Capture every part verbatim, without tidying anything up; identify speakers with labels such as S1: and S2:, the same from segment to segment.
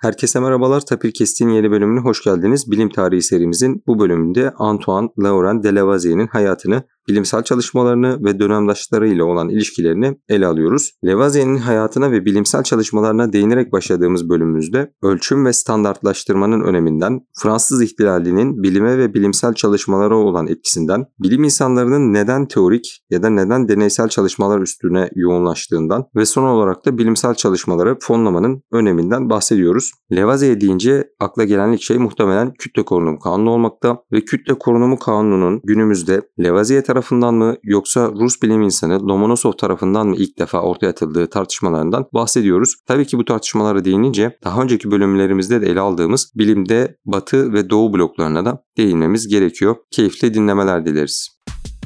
S1: Herkese merhabalar. Tapir Kestiğin yeni bölümüne hoş geldiniz. Bilim tarihi serimizin bu bölümünde Antoine Laurent de Lavoisier'in hayatını, bilimsel çalışmalarını ve dönemdaşlarıyla olan ilişkilerini ele alıyoruz. Lavoisier'in hayatına ve bilimsel çalışmalarına değinerek başladığımız bölümümüzde ölçüm ve standartlaştırmanın öneminden, Fransız ihtilalinin bilime ve bilimsel çalışmalara olan etkisinden, bilim insanlarının neden teorik ya da neden deneysel çalışmalar üstüne yoğunlaştığından ve son olarak da bilimsel çalışmaları fonlamanın öneminden bahsediyoruz. Lavoisier deyince akla gelen ilk şey muhtemelen kütle korunumu kanunu olmakta ve kütle korunumu kanununun günümüzde Lavoisier tarafından mı yoksa Rus bilim insanı Lomonosov tarafından mı ilk defa ortaya atıldığı tartışmalarından bahsediyoruz. Tabii ki bu tartışmalara değinince daha önceki bölümlerimizde de ele aldığımız bilimde Batı ve Doğu bloklarına da değinmemiz gerekiyor. Keyifli dinlemeler dileriz.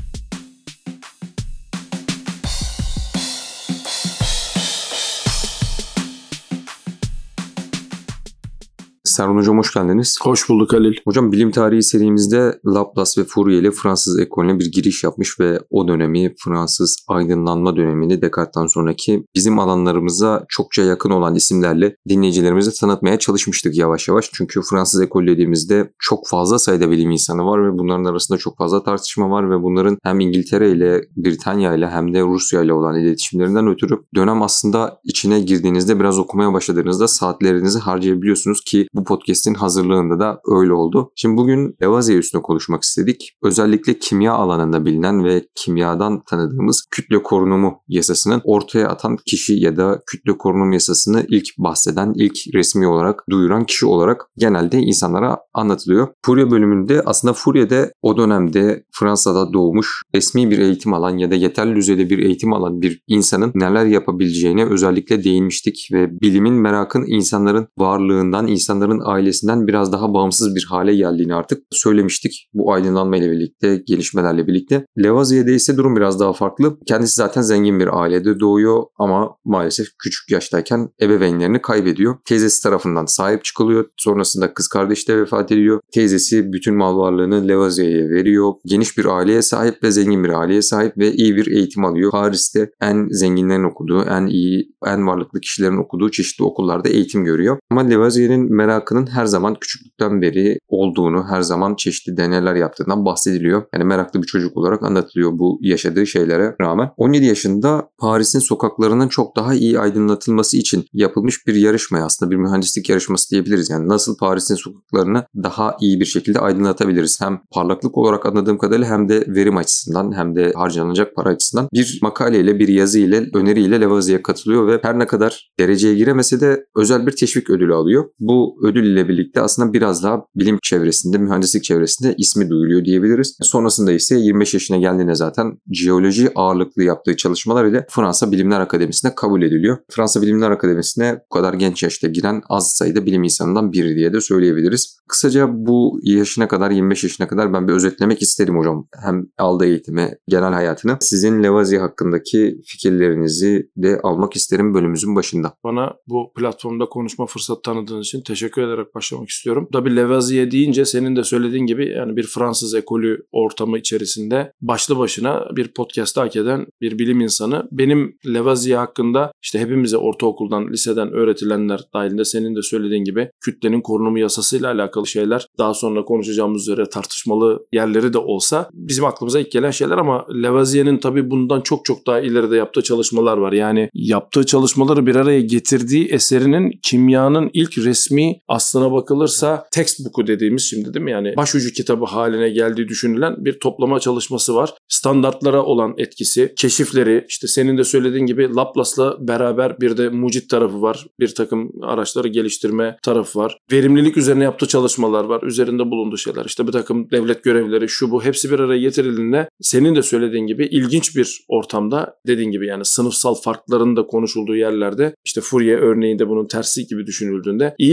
S1: Serhan Hocam hoş geldiniz.
S2: Hoş bulduk Halil.
S1: Hocam bilim tarihi serimizde Laplace ve Fourier ile Fransız ekolüne bir giriş yapmış ve o dönemi Fransız aydınlanma dönemini Descartes'tan sonraki bizim alanlarımıza çokça yakın olan isimlerle dinleyicilerimize tanıtmaya çalışmıştık yavaş yavaş. Çünkü Fransız ekol dediğimizde çok fazla sayıda bilim insanı var ve bunların arasında çok fazla tartışma var ve bunların hem İngiltere ile Britanya ile hem de Rusya ile olan iletişimlerinden ötürü dönem aslında içine girdiğinizde biraz okumaya başladığınızda saatlerinizi harcayabiliyorsunuz ki bu podcast'in hazırlığında da öyle oldu. Şimdi bugün Lavoisier üstüne konuşmak istedik. Özellikle kimya alanında bilinen ve kimyadan tanıdığımız kütle korunumu yasasının ortaya atan kişi ya da kütle korunum yasasını ilk bahseden, ilk resmi olarak duyuran kişi olarak genelde insanlara anlatılıyor. Fourier bölümünde aslında Fourier'de o dönemde Fransa'da doğmuş, resmi bir eğitim alan ya da yeterli düzeyde bir eğitim alan bir insanın neler yapabileceğine özellikle değinmiştik ve bilimin merakın insanların varlığından, insanların ailesinden biraz daha bağımsız bir hale geldiğini artık söylemiştik. Bu aydınlanma ile birlikte, gelişmelerle birlikte. Lavoisier'de ise durum biraz daha farklı. Kendisi zaten zengin bir ailede doğuyor ama maalesef küçük yaştayken ebeveynlerini kaybediyor. Teyzesi tarafından sahip çıkılıyor. Sonrasında kız kardeşi de vefat ediyor. Teyzesi bütün mal varlığını Lavoisier'e veriyor. Geniş bir aileye sahip ve zengin bir aileye sahip ve iyi bir eğitim alıyor. Paris'te en zenginlerin okuduğu, en iyi, en varlıklı kişilerin okuduğu çeşitli okullarda eğitim görüyor. Ama Lavoisier'in merakının her zaman küçüklükten beri olduğunu, her zaman çeşitli deneyler yaptığından bahsediliyor. Yani meraklı bir çocuk olarak anlatılıyor bu yaşadığı şeylere rağmen. on yedi yaşında Paris'in sokaklarının çok daha iyi aydınlatılması için yapılmış bir yarışmaya, aslında bir mühendislik yarışması diyebiliriz. Yani nasıl Paris'in sokaklarını daha iyi bir şekilde aydınlatabiliriz? Hem parlaklık olarak anladığım kadarıyla hem de verim açısından hem de harcanacak para açısından bir makaleyle, bir yazı ile, öneriyle Lavoisier'e katılıyor ve her ne kadar dereceye giremese de özel bir teşvik ödülü alıyor. Bu ödül ile birlikte aslında biraz daha bilim çevresinde, mühendislik çevresinde ismi duyuluyor diyebiliriz. Sonrasında ise yirmi beş yaşına geldiğinde zaten jeoloji ağırlıklı yaptığı çalışmalar ile Fransa Bilimler Akademisi'ne kabul ediliyor. Fransa Bilimler Akademisi'ne bu kadar genç yaşta giren az sayıda bilim insanından biri diye de söyleyebiliriz. Kısaca bu yaşına kadar, yirmi beş yaşına kadar ben bir özetlemek isterim hocam. Hem aldığı eğitimi, genel hayatını. Sizin Lavoisier hakkındaki fikirlerinizi de almak isterim bölümümüzün başında.
S2: Bana bu platformda konuşma fırsatı tanıdığınız için teşekkür ederek başlamak istiyorum. Tabii Lavoisier deyince senin de söylediğin gibi yani bir Fransız ekolü ortamı içerisinde başlı başına bir podcast hak eden bir bilim insanı. Benim Lavoisier hakkında işte hepimize ortaokuldan, liseden öğretilenler dahilinde senin de söylediğin gibi kütlenin korunumu yasasıyla alakalı şeyler, daha sonra konuşacağımız üzere tartışmalı yerleri de olsa bizim aklımıza ilk gelen şeyler ama Lavoisier'in tabii bundan çok çok daha ileride yaptığı çalışmalar var. Yani yaptığı çalışmaları bir araya getirdiği eserinin kimyanın ilk resmi aslına bakılırsa textbook'u dediğimiz şimdi değil mi? Yani başucu kitabı haline geldiği düşünülen bir toplama çalışması var. Standartlara olan etkisi, keşifleri, işte senin de söylediğin gibi Laplace'la beraber bir de mucit tarafı var. Bir takım araçları geliştirme tarafı var. Verimlilik üzerine yaptığı çalışmalar var. Üzerinde bulunduğu şeyler. İşte bir takım devlet görevlileri, şu bu hepsi bir araya getirildiğinde senin de söylediğin gibi ilginç bir ortamda dediğin gibi yani sınıfsal farkların da konuşulduğu yerlerde işte Fourier örneğinde bunun tersi gibi düşünüldüğünde iyi bir eğitim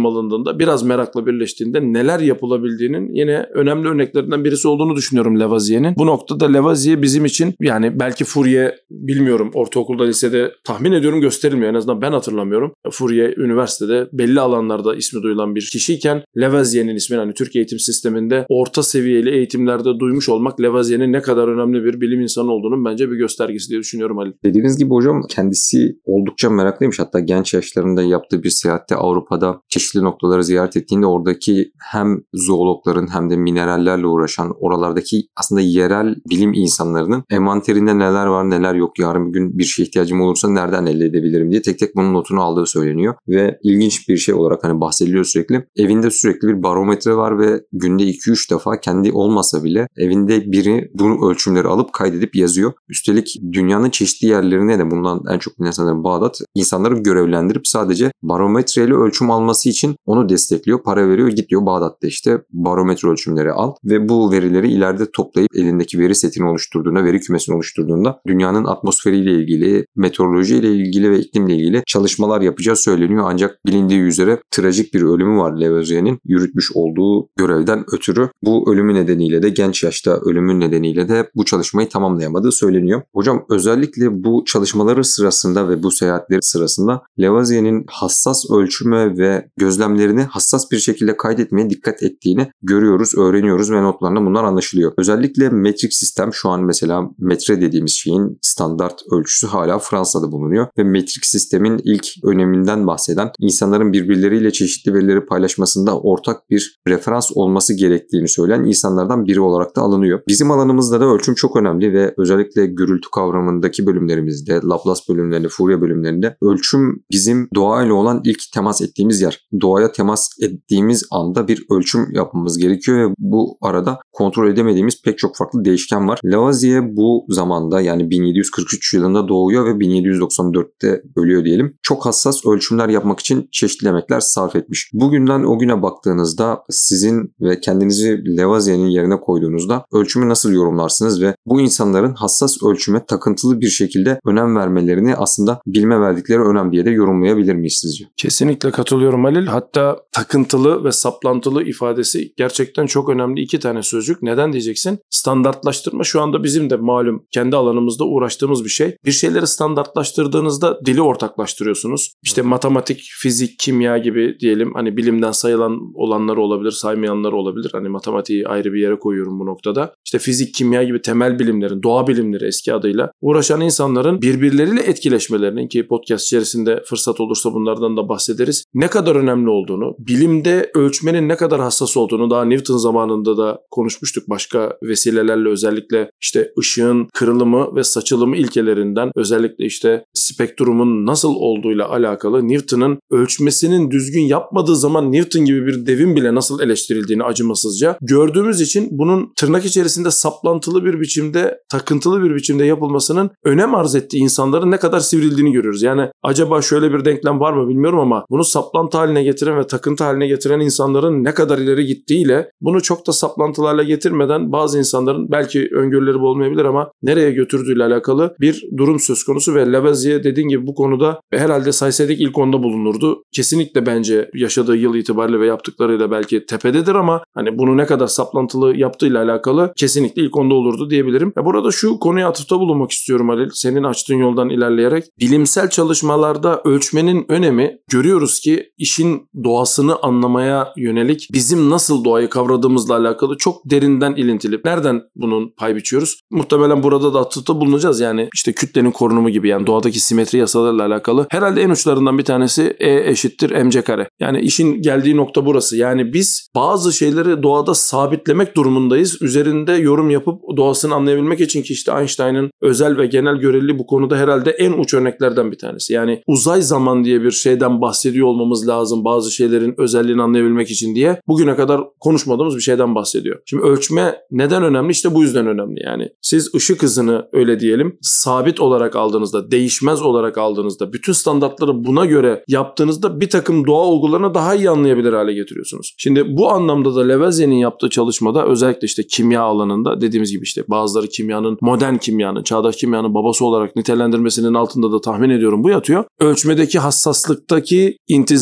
S2: eğitim alındığında biraz merakla birleştiğinde neler yapılabildiğinin yine önemli örneklerinden birisi olduğunu düşünüyorum Lavoisier'in. Bu noktada Lavoisier bizim için yani belki Fourier bilmiyorum ortaokulda lisede tahmin ediyorum gösterilmiyor. En azından ben hatırlamıyorum. Fourier üniversitede belli alanlarda ismi duyulan bir kişiyken Lavoisier'in ismini hani Türk eğitim sisteminde orta seviyeli eğitimlerde duymuş olmak Lavoisier'in ne kadar önemli bir bilim insanı olduğunun bence bir göstergesi diye düşünüyorum Ali.
S1: Dediğiniz gibi hocam kendisi oldukça meraklıymış. Hatta genç yaşlarında yaptığı bir seyahatte Avrupa'da çeşitli noktaları ziyaret ettiğinde oradaki hem zoologların hem de minerallerle uğraşan oralardaki aslında yerel bilim insanlarının envanterinde neler var neler yok, yarın bir gün bir şeye ihtiyacım olursa nereden elde edebilirim diye tek tek bunun notunu aldığı söyleniyor. Ve ilginç bir şey olarak hani bahsediliyor sürekli. Evinde sürekli bir barometre var ve günde iki üç defa kendi olmasa bile evinde biri bunu ölçümleri alıp kaydedip yazıyor. Üstelik dünyanın çeşitli yerlerine de bundan en çok bilinen sanırım Bağdat insanları görevlendirip sadece barometreyle ölçüm alması için onu destekliyor. Para veriyor, git diyor Bağdat'ta işte barometre ölçümleri al ve bu verileri ileride toplayıp elindeki veri setini oluşturduğunda, veri kümesini oluşturduğunda dünyanın atmosferiyle ilgili, meteorolojiyle ilgili ve iklimle ilgili çalışmalar yapacağı söyleniyor. Ancak bilindiği üzere trajik bir ölümü var Lavoisier'in yürütmüş olduğu görevden ötürü. Bu ölümü nedeniyle de genç yaşta ölümün nedeniyle de bu çalışmayı tamamlayamadığı söyleniyor. Hocam özellikle bu çalışmaları sırasında ve bu seyahatleri sırasında Lavoisier'in hassas ölçüme ve gözlemlerini hassas bir şekilde kaydetmeye dikkat ettiğini görüyoruz, öğreniyoruz ve notlarında bunlar anlaşılıyor. Özellikle metrik sistem şu an mesela metre dediğimiz şeyin standart ölçüsü hala Fransa'da bulunuyor ve metrik sistemin ilk öneminden bahseden insanların birbirleriyle çeşitli verileri paylaşmasında ortak bir referans olması gerektiğini söyleyen insanlardan biri olarak da alınıyor. Bizim alanımızda da ölçüm çok önemli ve özellikle gürültü kavramındaki bölümlerimizde, Laplace bölümlerinde, Fourier bölümlerinde ölçüm bizim doğayla olan ilk temas ettiğimiz yer. Doğaya temas ettiğimiz anda bir ölçüm yapmamız gerekiyor ve bu arada kontrol edemediğimiz pek çok farklı değişken var. Lavoisier bu zamanda yani bin yedi yüz kırk üç yılında doğuyor ve bin yedi yüz doksan dörtte ölüyor diyelim. Çok hassas ölçümler yapmak için çeşitli emekler sarf etmiş. Bugünden o güne baktığınızda sizin ve kendinizi Lavoisier'in yerine koyduğunuzda ölçümü nasıl yorumlarsınız ve bu insanların hassas ölçüme takıntılı bir şekilde önem vermelerini aslında bilime verdikleri önem diye de yorumlayabilir miyiz sizce?
S2: Kesinlikle katılıyorum Halil. Hatta takıntılı ve saplantılı ifadesi gerçekten çok önemli iki tane sözcük. Neden diyeceksin? Standartlaştırma şu anda bizim de malum kendi alanımızda uğraştığımız bir şey. Bir şeyleri standartlaştırdığınızda dili ortaklaştırıyorsunuz. İşte matematik, fizik, kimya gibi diyelim hani bilimden sayılan olanları olabilir, saymayanları olabilir. Hani matematiği ayrı bir yere koyuyorum bu noktada. İşte fizik, kimya gibi temel bilimlerin, doğa bilimleri eski adıyla uğraşan insanların birbirleriyle etkileşmelerinin ki podcast içerisinde fırsat olursa bunlardan da bahsederiz. Ne kadar önemli olduğunu, bilimde ölçmenin ne kadar hassas olduğunu daha Newton zamanında da konuşmuştuk başka vesilelerle özellikle işte ışığın kırılımı ve saçılımı ilkelerinden özellikle işte spektrumun nasıl olduğuyla alakalı Newton'un ölçmesinin düzgün yapmadığı zaman Newton gibi bir devin bile nasıl eleştirildiğini acımasızca gördüğümüz için bunun tırnak içerisinde saplantılı bir biçimde, takıntılı bir biçimde yapılmasının önem arz ettiği insanların ne kadar sivrildiğini görüyoruz. Yani acaba şöyle bir denklem var mı bilmiyorum ama bunu saplantı haline getiren ve takıntı haline getiren insanların ne kadar ileri gittiğiyle bunu çok da saplantılarla getirmeden bazı insanların belki öngörüleri olmayabilir ama nereye götürdüğüyle alakalı bir durum söz konusu ve Lavoisier dediğin gibi bu konuda herhalde saysaydık ilk onda bulunurdu. Kesinlikle bence yaşadığı yıl itibariyle ve yaptıklarıyla belki tepededir ama hani bunu ne kadar saplantılı yaptığıyla alakalı kesinlikle ilk onda olurdu diyebilirim. Ya burada şu konuya atıfta bulunmak istiyorum Halil. Senin açtığın yoldan ilerleyerek bilimsel çalışmalarda ölçmenin önemi görüyoruz ki işin doğasını anlamaya yönelik bizim nasıl doğayı kavradığımızla alakalı çok derinden ilintili. Nereden bunun pay biçiyoruz? Muhtemelen burada da atıfta bulunacağız. Yani işte kütlenin korunumu gibi yani doğadaki simetri yasalarıyla alakalı. Herhalde en uçlarından bir tanesi E eşittir mc kare. Yani işin geldiği nokta burası. Yani biz bazı şeyleri doğada sabitlemek durumundayız. Üzerinde yorum yapıp doğasını anlayabilmek için ki işte Einstein'ın özel ve genel göreliliği bu konuda herhalde en uç örneklerden bir tanesi. Yani uzay zaman diye bir şeyden bahsediyor olmamız lazım bazı şeylerin özelliğini anlayabilmek için diye bugüne kadar konuşmadığımız bir şeyden bahsediyor. Şimdi ölçme neden önemli? İşte bu yüzden önemli. Yani siz ışık hızını öyle diyelim sabit olarak aldığınızda, değişmez olarak aldığınızda, bütün standartları buna göre yaptığınızda bir takım doğa olgularını daha iyi anlayabilir hale getiriyorsunuz. Şimdi bu anlamda da Lavoisier'in yaptığı çalışmada özellikle işte kimya alanında dediğimiz gibi işte bazıları kimyanın, modern kimyanın, çağdaş kimyanın babası olarak nitelendirmesinin altında da tahmin ediyorum bu yatıyor. Ölçmedeki hassaslıktaki intizam bu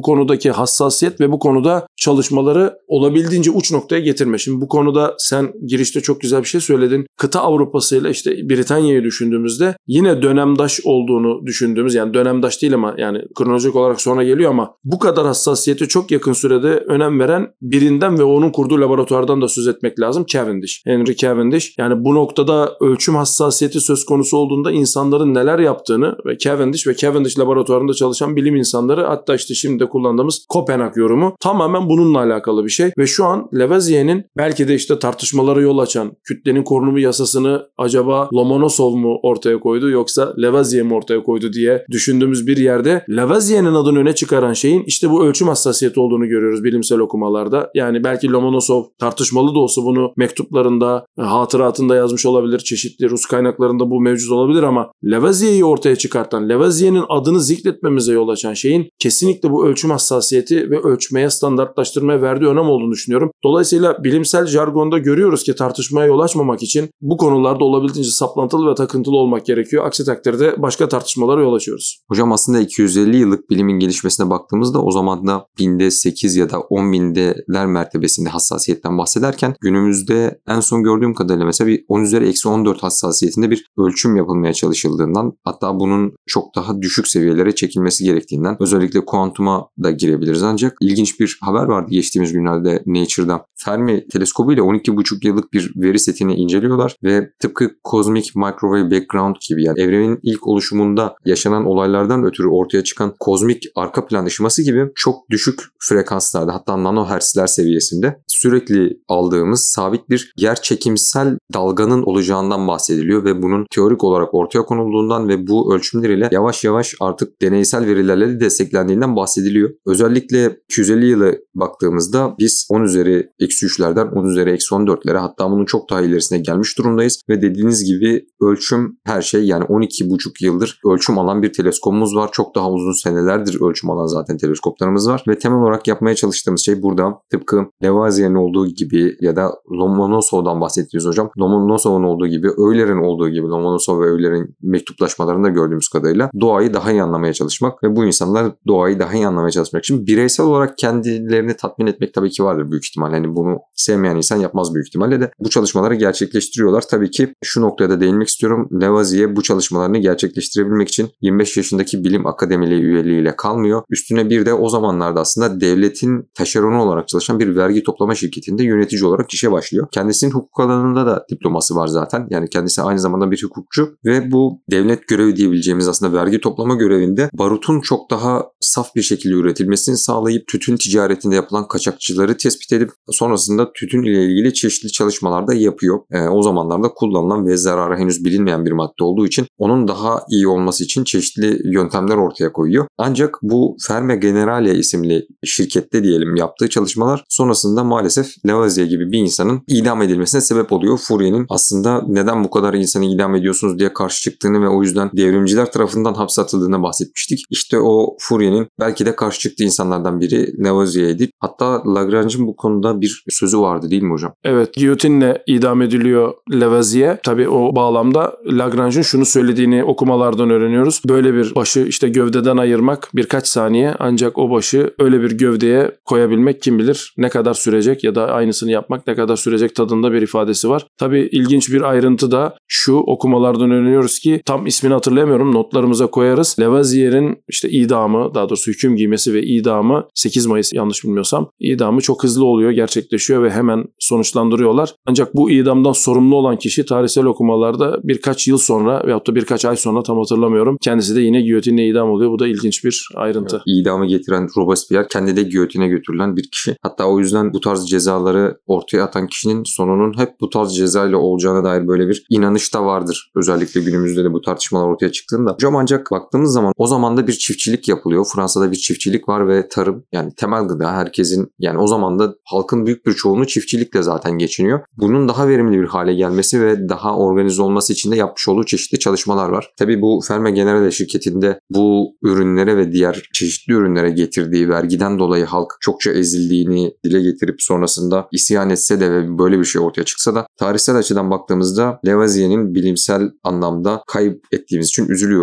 S2: Bu konudaki hassasiyet ve bu konuda çalışmaları olabildiğince uç noktaya getirme. Şimdi bu konuda sen girişte çok güzel bir şey söyledin. Kıta Avrupa'sı ile işte Britanya'yı düşündüğümüzde yine dönemdaş olduğunu düşündüğümüz, yani dönemdaş değil ama yani kronolojik olarak sonra geliyor ama bu kadar hassasiyete çok yakın sürede önem veren birinden ve onun kurduğu laboratuvardan da söz etmek lazım. Cavendish. Henry Cavendish. Yani bu noktada ölçüm hassasiyeti söz konusu olduğunda insanların neler yaptığını ve Cavendish ve Cavendish laboratuvarında çalışan bilim insanları, hatta işte şimdi de kullandığımız Kopenhag yorumu tamamen bununla alakalı bir şey ve şu an Lavoisier'in belki de işte tartışmalara yol açan kütlenin korunumu yasasını acaba Lomonosov mu ortaya koydu yoksa Lavoisier mi ortaya koydu diye düşündüğümüz bir yerde Lavoisier'in adını öne çıkaran şeyin işte bu ölçüm hassasiyeti olduğunu görüyoruz bilimsel okumalarda. Yani belki Lomonosov tartışmalı da olsa bunu mektuplarında, hatıratında yazmış olabilir. Çeşitli Rus kaynaklarında bu mevcut olabilir ama Lavoisier'i ortaya çıkartan, Lavoisier'in adını zikretmemize yol açan şeyin kesinlikle bu ölçüm hassasiyeti ve ölçmeye, standartlaştırmaya verdiği önem olduğunu düşünüyorum. Dolayısıyla bilimsel jargonda görüyoruz ki tartışmaya yol açmamak için bu konularda olabildiğince saplantılı ve takıntılı olmak gerekiyor. Aksi takdirde başka tartışmalara yol açıyoruz.
S1: Hocam aslında iki yüz elli yıllık bilimin gelişmesine baktığımızda o zaman da binde sekiz ya da on bindeler mertebesinde hassasiyetten bahsederken günümüzde en son gördüğüm kadarıyla mesela bir on üzeri eksi on dört hassasiyetinde bir ölçüm yapılmaya çalışıldığından, hatta bunun çok daha düşük seviyelere çekilmesi gerektiğinden, özellikle kuantuma da girebiliriz. Ancak ilginç bir haber vardı geçtiğimiz günlerde Nature'da. Fermi teleskobu ile on iki buçuk yıllık bir veri setini inceliyorlar ve tıpkı Cosmic Microwave Background gibi, yani evrenin ilk oluşumunda yaşanan olaylardan ötürü ortaya çıkan kozmik arka plan ışıması gibi çok düşük frekanslarda, hatta nanohertzler seviyesinde sürekli aldığımız sabit bir yerçekimsel dalganın olacağından bahsediliyor ve bunun teorik olarak ortaya konulduğundan ve bu ölçümler ile yavaş yavaş artık deneysel verilerle de desteklendiğinden bahsediliyor. Özellikle iki yüz elli yılı baktığımızda biz on üzeri eksi üçlerden on üzeri eksi on dörtlere, hatta bunun çok daha ilerisine gelmiş durumdayız ve dediğiniz gibi ölçüm her şey. Yani on iki buçuk yıldır ölçüm alan bir teleskopumuz var. Çok daha uzun senelerdir ölçüm alan zaten teleskoplarımız var ve temel olarak yapmaya çalıştığımız şey burada tıpkı Lavoisier'in olduğu gibi ya da Lomonosov'dan bahsettiğimiz hocam. Lomonosov'un olduğu gibi, Euler'in olduğu gibi, Lomonosov ve Euler'in mektuplaşmalarında gördüğümüz kadarıyla doğayı daha iyi anlamaya çalışmak ve bu insanlar doğayı daha iyi anlamaya çalışmak için bireysel olarak kendilerini tatmin etmek tabii ki vardır büyük ihtimalle. Hani bunu sevmeyen insan yapmaz büyük ihtimalle de bu çalışmaları gerçekleştiriyorlar. Tabii ki şu noktada da değinmek istiyorum. Lavoisier bu çalışmalarını gerçekleştirebilmek için yirmi beş yaşındaki bilim akademileri üyeliğiyle kalmıyor. Üstüne bir de o zamanlarda aslında devletin taşeronu olarak çalışan bir vergi toplama şirketinde yönetici olarak işe başlıyor. Kendisinin hukuk alanında da diploması var zaten. Yani kendisi aynı zamanda bir hukukçu ve bu devlet görevi diyebileceğimiz aslında vergi toplama görevinde barutun çok daha saf bir şekilde üretilmesini sağlayıp tütün ticaretinde yapılan kaçakçıları tespit edip sonrasında tütün ile ilgili çeşitli çalışmalar da yapıyor. E, o zamanlarda kullanılan ve zararı henüz bilinmeyen bir madde olduğu için onun daha iyi olması için çeşitli yöntemler ortaya koyuyor. Ancak bu Fermi Generale isimli şirkette diyelim yaptığı çalışmalar sonrasında maalesef Lavoisier gibi bir insanın idam edilmesine sebep oluyor. Fourier'in aslında neden bu kadar insanı idam ediyorsunuz diye karşı çıktığını ve o yüzden devrimciler tarafından hapse atıldığını bahsetmiştik. İşte o Fourier'in belki de karşı çıktığı insanlardan biri Lavoisier'di. Hatta Lagrange'ın bu konuda bir sözü vardı değil mi hocam?
S2: Evet, giyotinle idam ediliyor Lavoisier. Tabii o bağlamda Lagrange'ın şunu söylediğini okumalardan öğreniyoruz. Böyle bir başı işte gövdeden ayırmak birkaç saniye, ancak o başı öyle bir gövdeye koyabilmek kim bilir ne kadar sürecek ya da aynısını yapmak ne kadar sürecek tadında bir ifadesi var. Tabii ilginç bir ayrıntı da şu, okumalardan öğreniyoruz ki tam ismini hatırlayamıyorum, notlarımıza koyarız. Lavoisier'in işte idamı, daha doğrusu hüküm giymesi ve idamı sekiz Mayıs yanlış bilmiyorsam, idamı çok hızlı oluyor, gerçekleşiyor ve hemen sonuçlandırıyorlar. Ancak bu idamdan sorumlu olan kişi tarihsel okumalarda birkaç yıl sonra veyahut da birkaç ay sonra, tam hatırlamıyorum, kendisi de yine giyotinle idam oluyor. Bu da ilginç bir ayrıntı.
S1: Evet, idamı getiren Robespierre kendi de giyotine götürülen bir kişi. Hatta o yüzden bu tarz cezaları ortaya atan kişinin sonunun hep bu tarz cezayla olacağına dair böyle bir inanış da vardır. Özellikle günümüzde de bu tartışmalar ortaya çıktığında. Hocam ancak baktığımız zaman o zaman da bir çiftçilik yapılıyor. Fransa'da bir çiftçilik var ve tarım, yani temel gıda herkesin, yani o zaman da halkın büyük bir çoğunluğu çiftçilikle zaten geçiniyor. Bunun daha verimli bir hale gelmesi ve daha organize olması için de yapmış olduğu çeşitli çalışmalar var. Tabii bu Fermi Generale şirketinde bu ürünlere ve diğer çeşitli ürünlere getirdiği vergiden dolayı halk çokça ezildiğini dile getirip sonrasında isyan etse de ve böyle bir şey ortaya çıksa da tarihsel açıdan baktığımızda Lavoisier'in bilimsel anlamda kayıp ettiğimiz için üzülüyoruz.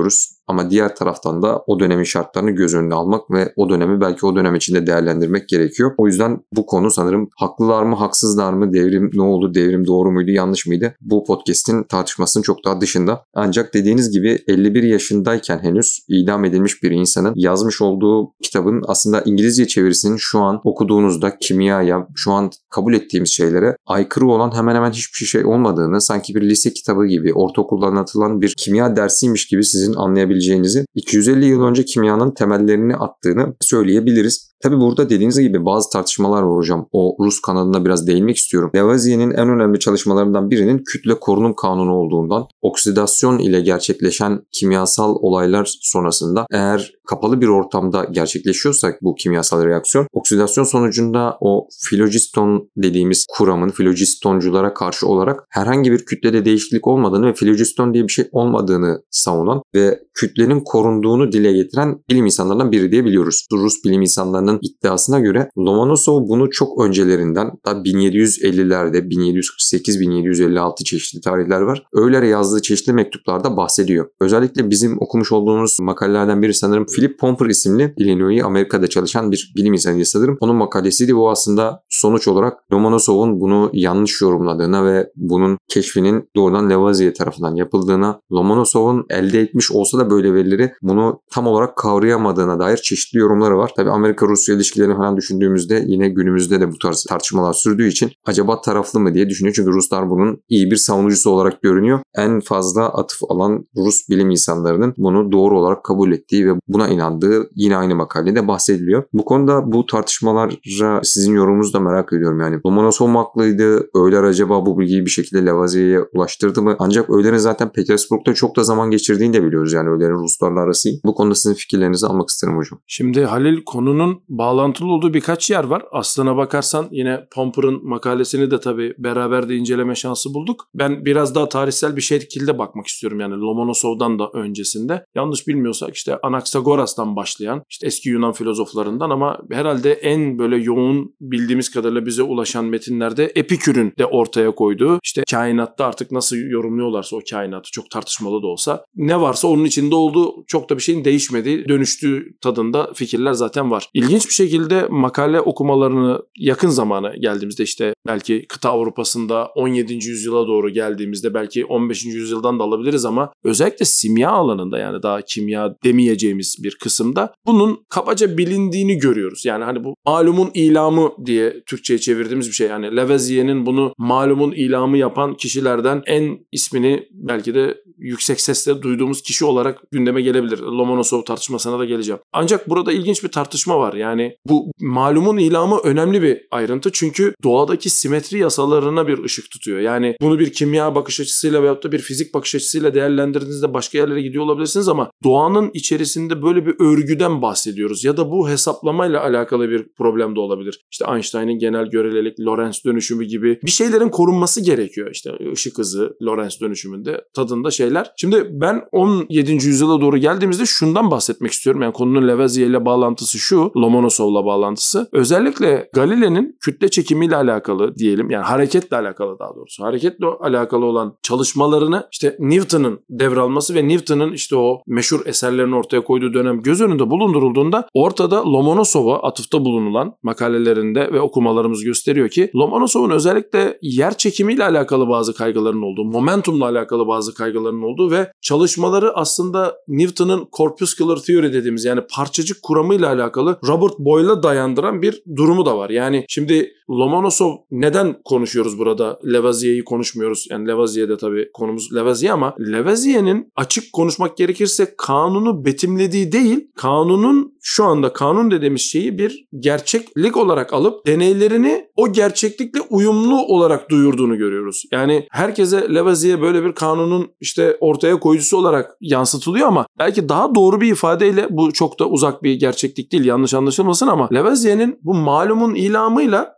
S1: Ama diğer taraftan da o dönemin şartlarını göz önüne almak ve o dönemi belki o dönem içinde değerlendirmek gerekiyor. O yüzden bu konu sanırım haklılar mı haksızlar mı, devrim ne oldu, devrim doğru muydu yanlış mıydı? Bu podcast'in tartışmasının çok daha dışında. Ancak dediğiniz gibi elli bir yaşındayken henüz idam edilmiş bir insanın yazmış olduğu kitabın aslında İngilizce çevirisinin şu an okuduğunuzda kimyaya, şu an kabul ettiğimiz şeylere aykırı olan hemen hemen hiçbir şey olmadığını, sanki bir lise kitabı gibi, ortaokulda anlatılan bir kimya dersiymiş gibi sizin anlayabileceğinizi, iki yüz elli yıl önce kimyanın temellerini attığını söyleyebiliriz. Tabi burada dediğiniz gibi bazı tartışmalar var hocam. O Rus kanadına biraz değinmek istiyorum. Lavoisier'in en önemli çalışmalarından birinin kütle korunum kanunu olduğundan, oksidasyon ile gerçekleşen kimyasal olaylar sonrasında eğer kapalı bir ortamda gerçekleşiyorsak bu kimyasal reaksiyon, oksidasyon sonucunda o filogiston dediğimiz kuramın filogistonculara karşı olarak herhangi bir kütlede değişiklik olmadığını ve filogiston diye bir şey olmadığını savunan ve kütlenin korunduğunu dile getiren bilim insanlarından biri diye biliyoruz. Rus bilim insanlarının iddiasına göre Lomonosov bunu çok öncelerinden, da bin yedi yüz ellilerde, bin yedi yüz kırk sekiz bin yedi yüz elli altı çeşitli tarihler var. Öyle yazdığı çeşitli mektuplarda bahsediyor. Özellikle bizim okumuş olduğumuz makalelerden biri sanırım Philip Pomper isimli Illinois, Amerika'da çalışan bir bilim insanı sanırım. Onun makalesiydi. Bu aslında sonuç olarak Lomonosov'un bunu yanlış yorumladığına ve bunun keşfinin doğrudan Lavoisier tarafından yapıldığına, Lomonosov'un elde etmiş olsa da böyle verileri bunu tam olarak kavrayamadığına dair çeşitli yorumları var. Tabii Amerika-Rusya ilişkilerini falan düşündüğümüzde yine günümüzde de bu tarz tartışmalar sürdüğü için acaba taraflı mı diye düşünüyor. Çünkü Ruslar bunun iyi bir savunucusu olarak görünüyor. En fazla atıf alan Rus bilim insanlarının bunu doğru olarak kabul ettiği ve buna inandığı yine aynı makalede bahsediliyor. Bu konuda bu tartışmalara sizin yorumunuzu da merak ediyorum. Yani Lomonosov mu haklıydı? Öğler acaba bu bilgiyi bir şekilde Lavoisier'e ulaştırdı mı? Ancak Öğler'in zaten Petersburg'da çok da zaman geçirdiğini de biliyoruz. Yani Öğler'in Ruslarla arası. Bu konuda sizin fikirlerinizi almak isterim hocam.
S2: Şimdi Halil, konunun bağlantılı olduğu birkaç yer var. Aslına bakarsan yine Pomper'ın makalesini de tabii beraber de inceleme şansı bulduk. Ben biraz daha tarihsel bir şekilde bakmak istiyorum. Yani Lomonosov'dan da öncesinde. Yanlış bilmiyorsak işte Anaxagoras'tan başlayan, işte eski Yunan filozoflarından ama herhalde en böyle yoğun bildiğimiz kadarıyla bize ulaşan metinlerde Epikür'ün de ortaya koyduğu, işte kainatta artık nasıl yorumluyorlarsa o kainatı, çok tartışmalı da olsa, ne varsa onun içinde olduğu, çok da bir şeyin değişmediği, dönüştüğü tadında fikirler zaten var. İlginç bir şekilde makale okumalarını yakın zamana geldiğimizde, işte belki kıta Avrupa'sında on yedinci yüzyıla doğru geldiğimizde belki on beşinci yüzyıldan da alabiliriz ama özellikle simya alanında, yani daha kimya demeyeceğimiz bir kısımda bunun kabaca bilindiğini görüyoruz. Yani hani bu malumun ilamı diye Türkçe'ye çevirdiğimiz bir şey. Yani Lavoisier'in bunu malumun ilamı yapan kişilerden en ismini belki de yüksek sesle duyduğumuz kişi olarak gündeme gelebilir. Lomonosov tartışmasına da geleceğim. Ancak burada ilginç bir tartışma var. Yani bu malumun ilamı önemli bir ayrıntı. Çünkü doğadaki simetri yasalarına bir ışık tutuyor. Yani bunu bir kimya bakış açısıyla veyahut da bir fizik bakış açısıyla değerlendirdiğinizde başka yerlere gidiyor olabilirsiniz ama doğanın içerisinde böyle bir örgüden bahsediyoruz. Ya da bu hesaplamayla alakalı bir problem de olabilir. İşte Einstein'ın genel görelilik, Lorentz dönüşümü gibi bir şeylerin korunması gerekiyor. İşte ışık hızı, Lorentz dönüşümünde tadında şeyler. Şimdi ben on yedinci yüzyıla doğru geldiğimizde şundan bahsetmek istiyorum. Yani konunun Lavoisier ile bağlantısı şu, Lomonosov'la bağlantısı. Özellikle Galile'nin kütle çekimiyle alakalı diyelim, yani hareketle alakalı daha doğrusu. Hareketle alakalı olan çalışmalarını işte Newton'un devralması ve Newton'un işte o meşhur eserlerini ortaya koyduğu dönem göz önünde bulundurulduğunda ortada Lomonosov'a atıfta bulunulan makalelerinde ve okumalarımız gösteriyor ki Lomonosov'un özellikle yer çekimiyle alakalı bazı kaygılarının olduğu, momentumla alakalı bazı kaygılarının olduğu ve çalışmaları aslında Newton'un corpuscular theory dediğimiz, yani parçacık kuramıyla alakalı Robert Boyle'a dayandıran bir durumu da var. Yani şimdi Lomonosov neden konuşuyoruz burada? Lavoisier'i konuşmuyoruz. Yani Lavoisier'de tabii konumuz Lavoisier ama Lavoisier'in açık konuşmak gerekirse kanunu betimlediği değil, kanunun şu anda kanun dediğimiz şeyi bir gerçeklik olarak alıp deneylerini o gerçeklikle uyumlu olarak duyurduğunu görüyoruz. Yani herkese Lavoisier böyle bir kanunun işte ortaya koyucusu olarak yansıtılıyor ama belki daha doğru bir ifadeyle, bu çok da uzak bir gerçeklik değil, yanlış anlaşılmasın ama Lavoisier'in bu malumun ilamıyla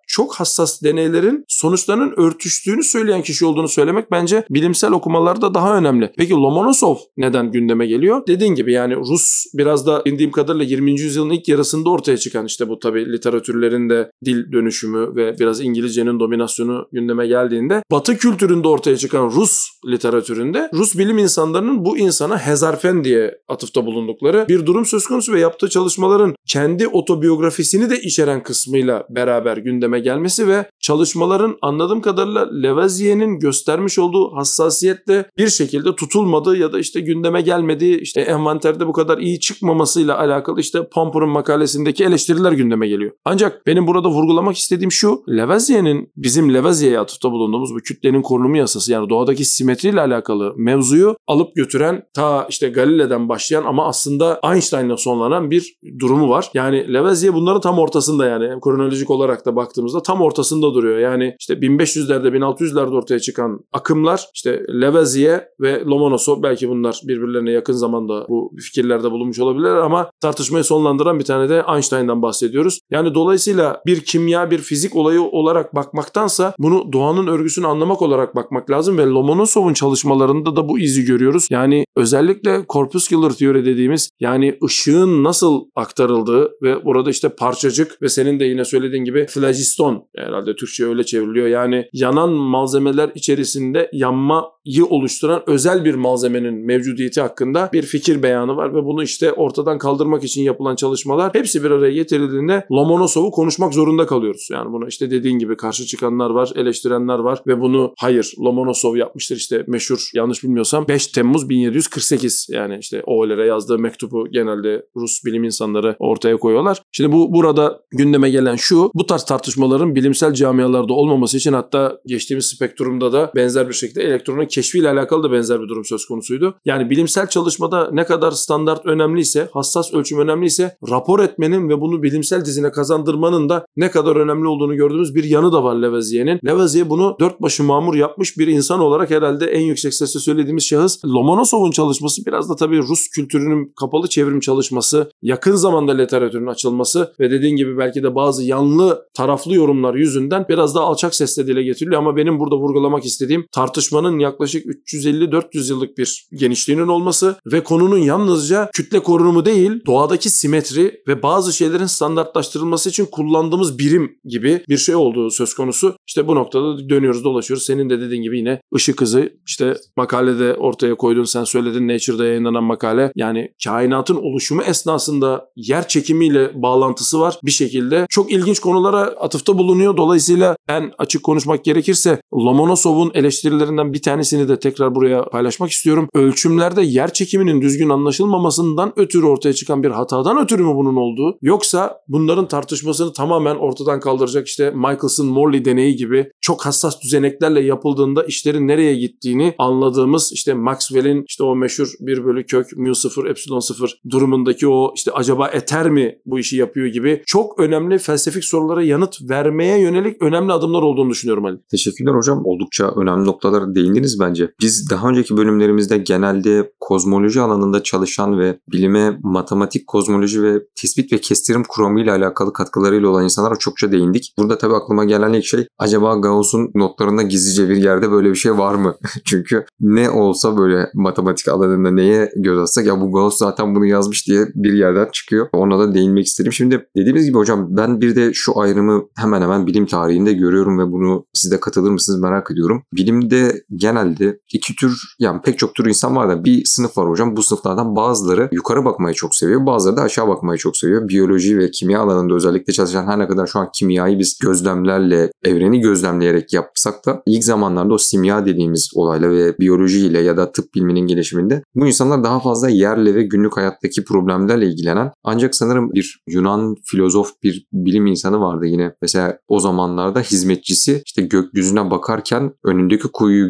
S2: çok hassas deneylerin sonuçlarının örtüştüğünü söyleyen kişi olduğunu söylemek bence bilimsel okumalarda daha önemli. Peki Lomonosov neden gündeme geliyor? Dediğin gibi yani Rus biraz da bildiğim kadarıyla yirminci yüzyılın ilk yarısında ortaya çıkan işte bu tabii literatürlerin de dil dönüşümü ve biraz İngilizcenin dominasyonu gündeme geldiğinde Batı kültüründe ortaya çıkan Rus literatüründe Rus bilim insanlarının bu insana Hezarfen diye atıfta bulundukları bir durum söz konusu ve yaptığı çalışmaların kendi otobiyografisini de içeren kısmıyla beraber gündeme gelmesi ve çalışmaların anladığım kadarıyla Lavoisier'in göstermiş olduğu hassasiyetle bir şekilde tutulmadığı ya da işte gündeme gelmediği, işte envanterde bu kadar iyi çıkmamasıyla alakalı işte Pomper'ın makalesindeki eleştiriler gündeme geliyor. Ancak benim burada vurgulamak istediğim şu, Lavoisier'in bizim Lavoisier'e atıfta bulunduğumuz bu kütlenin korunumu yasası yani doğadaki simetriyle alakalı mevzuyu alıp götüren ta işte Galile'den başlayan ama aslında Einstein'la sonlanan bir durumu var. Yani Lavoisier bunların tam ortasında yani kronolojik olarak da baktığımızda tam ortasında duruyor. Yani işte bin beş yüzlerde bin altı yüzlerde ortaya çıkan akımlar işte Lavoisier ve Lomonosov belki bunlar birbirlerine yakın zamanda bu fikirlerde bulunmuş olabilirler ama tartışmayı sonlandıran bir tane de Einstein'dan bahsediyoruz. Yani dolayısıyla bir kimya, bir fizik olayı olarak bakmaktansa bunu doğanın örgüsünü anlamak olarak bakmak lazım ve Lomonosov'un çalışmalarında da bu izi görüyoruz. Yani özellikle corpuscular theory dediğimiz yani ışığın nasıl aktarıldığı ve burada işte parçacık ve senin de yine söylediğin gibi flagiston herhalde Türkçe öyle çevriliyor. Yani yanan malzemeler içerisinde yanmayı oluşturan özel bir malzemenin mevcudiyeti hakkında bir fikir beyanı var ve bunu işte ortadan kaldırmak için yapılan çalışmalar hepsi bir araya getirildiğinde Lomonosov'u konuşmak zorunda kalıyoruz. Yani buna işte dediğin gibi karşı çıkanlar var, eleştirenler var ve bunu hayır Lomonosov yapmıştır işte meşhur yanlış bilmiyorsam beş Temmuz bin yedi yüz kırk sekiz yani işte O'lere yazdığı mektubu genelde Rus bilim insanları ortaya koyuyorlar. Şimdi bu burada gündeme gelen şu, bu tarz tartışmaların bilimsel camialarda olmaması için hatta geçtiğimiz spektrumda da benzer bir şekilde elektronun keşfiyle alakalı da benzer bir durum söz konusuydu. Yani bilimsel çalışmada ne kadar standart önemliyse, hassas ölçüm önemliyse rapor etmenin ve bunu bilimsel dizine kazandırmanın da ne kadar önemli olduğunu gördüğümüz bir yanı da var Lavoisier'in. Lavoisier bunu dört başı mamur yapmış bir insan olarak herhalde en yüksek sesle söylediğimiz şahıs. Lomonosov'un çalışması biraz da tabii Rus kültürünün kapalı çevrim çalışması, yakın zamanda literatürün açılması ve dediğin gibi belki de bazı yanlı taraflı yorumlar yüzünden biraz daha alçak sesle dile getiriliyor ama benim burada vurgulamak istediğim tartışmanın yaklaşık üç yüz elli dört yüz yıllık bir genişliğinin olması ve konunun yalnızca kütle korunumu değil, doğadaki simetri ve bazı şeylerin standartlaştırılması için kullandığımız birim gibi bir şey olduğu söz konusu. İşte bu noktada dönüyoruz dolaşıyoruz. Senin de dediğin gibi yine ışık hızı işte makalede ortaya koydun, sen söyledin, Nature'da yayınlanan makale. Yani kainatın oluşumu esnasında yer çekimiyle bağlantısı var bir şekilde. Çok ilginç konulara atıfta bulunuyor. Dolayısıyla ben açık konuşmak gerekirse Lomonosov'un eleştirilerinden bir tanesini de tekrar buraya paylaşmak istiyorum. Ölçümlerde yer çekiminin düzgün anlaşılmamasından ötürü ortaya çıkan bir hatadan ötürü mü bunun olduğu? Yoksa bunların tartışmasını tamamen ortadan kaldıracak işte Michelson-Morley deneyi gibi çok hassas düzeneklerle yapıldığında işlerin nereye gittiğini anladığımız işte Maxwell'in işte o meşhur bir bölü kök mu sıfır epsilon sıfır durumundaki o işte acaba eter mi bu işi yapıyor gibi çok önemli felsefik sorulara yanıt vermeye yönelik önemli adımlar olduğunu düşünüyorum Ali.
S1: Teşekkürler hocam. Oldukça önemli noktalara değindiniz bence. Biz daha önceki bölümlerimizde genelde kozmoloji alanında çalışan ve bilime matematik, kozmoloji ve tespit ve kestirim kuramı ile alakalı katkılarıyla olan insanlara çokça değindik. Burada tabii aklıma gelen ilk şey acaba Gauss'un notlarında gizlice bir yerde böyle bir şey var mı? Çünkü ne olsa böyle matematik alanında neye göz atsak ya bu Gauss zaten bunu yazmış diye bir yerden çıkıyor. Ona da değinmek istedim. Şimdi dediğimiz gibi hocam ben bir de şu ayrımı hemen hemen bilim tarihinde görüyorum ve bunu siz de katılır mısınız merak ediyorum. Bilimde genelde iki tür yani pek çok tür insan var da bir sınıf var hocam. Bu sınıflardan bazıları yukarı bakmayı çok seviyor. Bazıları da aşağı bakmayı çok seviyor. Biyoloji ve kimya alanında özellikle çalışan her ne kadar şu an kimyayı biz gözlemlerle, evreni gözlemleyerek yapsak da ilk zamanlarda o simya dediğimiz olayla ve biyolojiyle ya da tıp biliminin gelişiminde bu insanlar daha fazla yerle ve günlük hayattaki problemlerle ilgilenen ancak sanırım bir Yunan filozof bir bilim insanı vardı yine. Mesela o zamanlarda hizmetçisi işte gökyüzüne bakarken önündeki kuyuyu görmeyip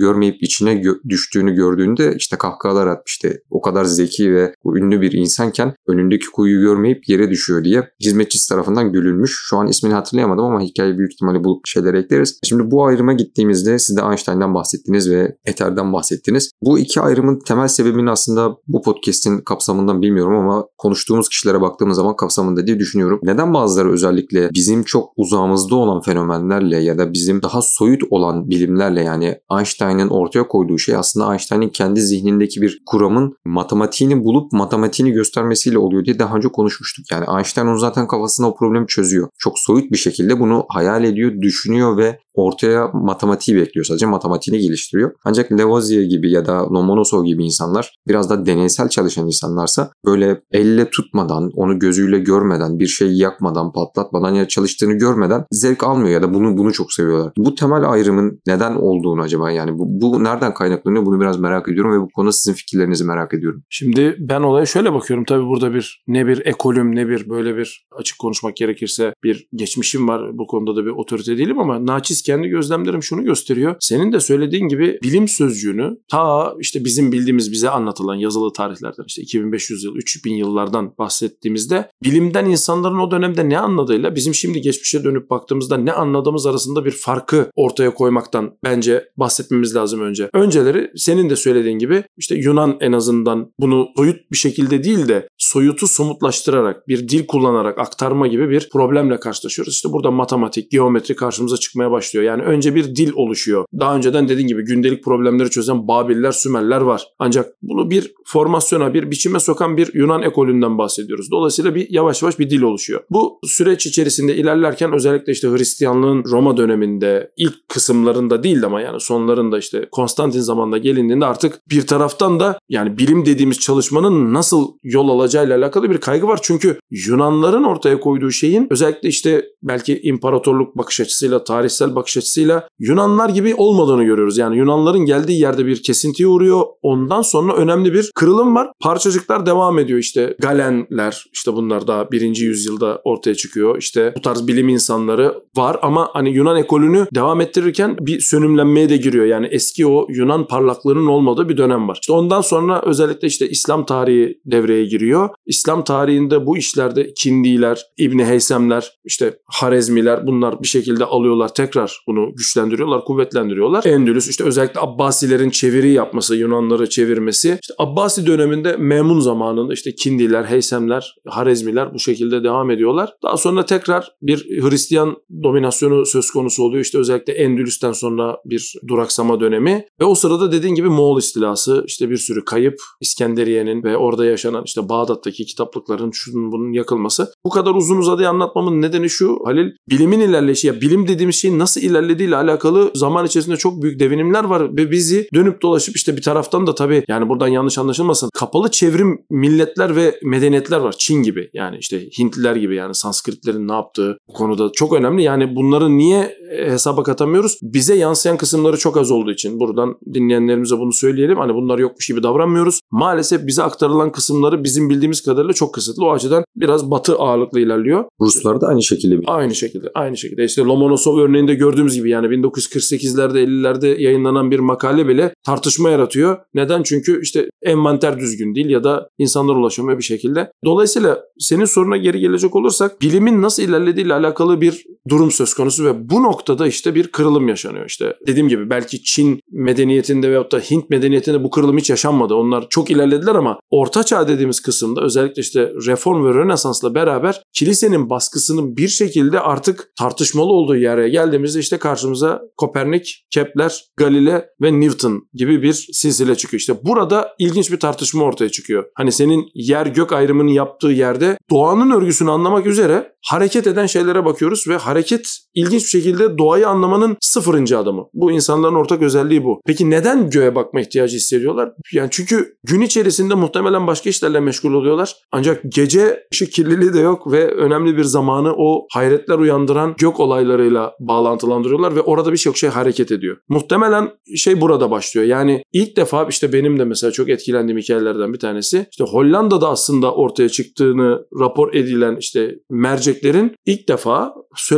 S1: içine gö- düştüğünü gördüğünde işte kahkahalar atmıştı. O kadar zeki ve ünlü bir insanken önündeki kuyuyu görmeyip yere düşüyor diye hizmetçisi tarafından gülünmüş. Şu an ismini hatırlayamadım ama hikayeyi büyük ihtimalle bulup şeyler ekleriz. Şimdi bu ayrıma gittiğimizde siz de Einstein'dan bahsettiniz ve Ether'den bahsettiniz. Bu iki ayrımın temel sebebini aslında bu podcast'in kapsamından bilmiyorum ama konuştuğumuz kişilere baktığımız zaman kapsamında diye düşünüyorum. Neden bazıları özellikle bizim çok uzağımızda olan fenomenlerle ya da bizim daha soyut olan bilimlerle, yani Einstein'ın ortaya koyduğu şey aslında Einstein'ın kendi zihnindeki bir kuramın matematiğini bulup matematiğini göstermesiyle oluyor diye daha önce konuşmuştuk. Yani Einstein onun zaten kafasında o problemi çözüyor. Çok soyut bir şekilde bunu hayal ediyor, düşünüyor ve ortaya matematiği bekliyor. Sadece matematiğini geliştiriyor. Ancak Lavoisier gibi ya da Lomonosov gibi insanlar biraz da deneysel çalışan insanlarsa böyle elle tutmadan, onu gözüyle görmeden, bir şey yakmadan, patlatmadan ya çalıştığını görmeden zevk almıyor ya da bunu bunu çok seviyorlar. Bu temel ayrımın neden olduğunu acaba, yani bu, bu nereden kaynaklanıyor, bunu biraz merak ediyorum ve bu konuda sizin fikirlerinizi merak ediyorum.
S2: Şimdi ben olaya şöyle bakıyorum. Tabii burada bir ne bir ekolüm ne bir böyle bir, açık konuşmak gerekirse, bir geçmişim var. Bu konuda da bir otorite değilim ama naçiz kendi gözlemlerim şunu gösteriyor. Senin de söylediğin gibi bilim sözcüğünü ta işte bizim bildiğimiz, bize anlatılan yazılı tarihlerden, işte iki bin beş yüz yıl, üç bin yıllardan bahsettiğimizde bilimden insanların o dönemde ne anladığıyla bizim şimdi geçmişe dönüp baktığımızda ne anladığımız arasında bir farkı ortaya koymaktan bence bahsetmemiz lazım önce. Önceleri senin de söylediğin gibi işte Yunan en azından bunu soyut bir şekilde değil de soyutu somutlaştırarak, bir dil kullanarak aktarma gibi bir problemle karşılaşıyoruz. İşte burada matematik, geometri karşımıza çıkmaya başlıyor. Yani önce bir dil oluşuyor. Daha önceden dediğin gibi gündelik problemleri çözen Babiller, Sümerler var. Ancak bunu bir formasyona, bir biçime sokan bir Yunan ekolünden bahsediyoruz. Dolayısıyla bir yavaş yavaş bir dil oluşuyor. Bu süreç içerisinde ilerlerken özellikle işte Hristiyanlığın Roma döneminde ilk kısımlarında değil ama yani sonlarında, işte Konstantin zamanında gelindiğinde artık bir taraftan da yani bilim dediğimiz çalışmanın nasıl yol alacağıyla alakalı bir kaygı var. Çünkü Yunanların ortaya koyduğu şeyin özellikle işte belki imparatorluk bakış açısıyla, tarihsel bakış açısıyla Yunanlar gibi olmadığını görüyoruz. Yani Yunanların geldiği yerde bir kesintiye uğruyor. Ondan sonra önemli bir kırılım var. Parçacıklar devam ediyor. İşte Galenler, işte bunlar daha birinci yüzyılda ortaya çıkıyor. İşte bu tarz bilim insanları var ama hani Yunan ekolünü devam ettirirken bir sönümlenmeye de giriyor. Yani eski o Yunan parlaklığının olmadığı bir dönem var. İşte ondan sonra özellikle işte İslam tarihi devreye giriyor. İslam tarihinde bu işlerde Kindiler, İbni Heysemler, işte Harezmiler, bunlar bir şekilde alıyorlar, tekrar bunu güçlendiriyorlar, kuvvetlendiriyorlar. Endülüs, işte özellikle Abbasilerin çeviri yapması, Yunanları çevirmesi. İşte Abbasi döneminde Memun zamanında işte Kindiler, Heysemler, Harezmiler bu şekilde devam ediyorlar. Daha sonra tekrar bir Hristiyan dominasyonu söz konusu oluyor. İşte özellikle Endülüs'ten sonra bir duraksama dönemi ve o sırada dediğin gibi Moğol istilası, işte bir sürü kayıp, İskenderiye'nin ve orada yaşanan işte Bağdat'taki kitaplıkların şunun bunun yakılması. Bu kadar uzun uzadıya anlatmamın nedeni şu Halil, bilimin ilerleyişi, ya bilim dediğimiz şeyin nasıl ilerlediğiyle alakalı zaman içerisinde çok büyük devinimler var ve bizi dönüp dolaşıp işte bir taraftan da tabii yani buradan yanlış anlaşılmasın, kapalı çevrim milletler ve medeniyetler var. Çin gibi, yani işte Hintliler gibi, yani Sanskritlerin ne yaptığı bu konuda çok önemli. Yani bunları niye hesaba katamıyoruz? Bize yansıyan kısımları çok az olduğu için buradan dinleyenlerimize bunu söyleyelim. Hani bunlar yokmuş gibi davranmıyoruz. Maalesef bize aktarılan kısımları bizim bildiğimiz kadarıyla çok kısıtlı. O açıdan biraz batı ağırlıklı ilerliyor.
S1: Ruslar da aynı şekilde.
S2: Aynı şekilde. Aynı şekilde. İşte Lomonosov örneğinde gördüğümüz gibi yani bin dokuz yüz kırk sekizlerde ellilerde yayınlanan bir makale bile tartışma yaratıyor. Neden? Çünkü işte envanter düzgün değil ya da insanlar ulaşamıyor bir şekilde. Dolayısıyla senin soruna geri gelecek olursak bilimin nasıl ilerlediğiyle alakalı bir durum söz konusu ve bu noktada işte bir kırılım yaşanıyor. İşte dediğim gibi belki Çin medeniyetinde veyahut da Hint medeniyetinde bu kırılım hiç yaşanmadı. Onlar çok ilerlediler ama Orta Çağ dediğimiz kısımda özellikle işte Reform ve Rönesans'la beraber kilisenin baskısının bir şekilde artık tartışmalı olduğu yere geldiğimizde işte karşımıza Kopernik, Kepler, Galile ve Newton gibi bir silsile çıkıyor. İşte burada ilginç bir tartışma ortaya çıkıyor. Hani senin yer gök ayrımını yaptığı yerde doğanın örgüsünü anlamak üzere hareket eden şeylere bakıyoruz ve hareket ilginç bir şekilde doğayı anlamanın sıfırıncı adımı. Bu insanların ortak özelliği bu. Peki neden göğe bakma ihtiyacı hissediyorlar? Yani çünkü gün içerisinde muhtemelen başka işlerle meşgul oluyorlar. Ancak gece ışık kirliliği de yok ve önemli bir zamanı o hayretler uyandıran gök olaylarıyla bağlantılandırıyorlar ve orada birçok şey hareket ediyor. Muhtemelen şey burada başlıyor. Yani ilk defa işte benim de mesela çok etkilendiğim hikayelerden bir tanesi işte Hollanda'da aslında ortaya çıktığını rapor edilen işte merceklerin ilk defa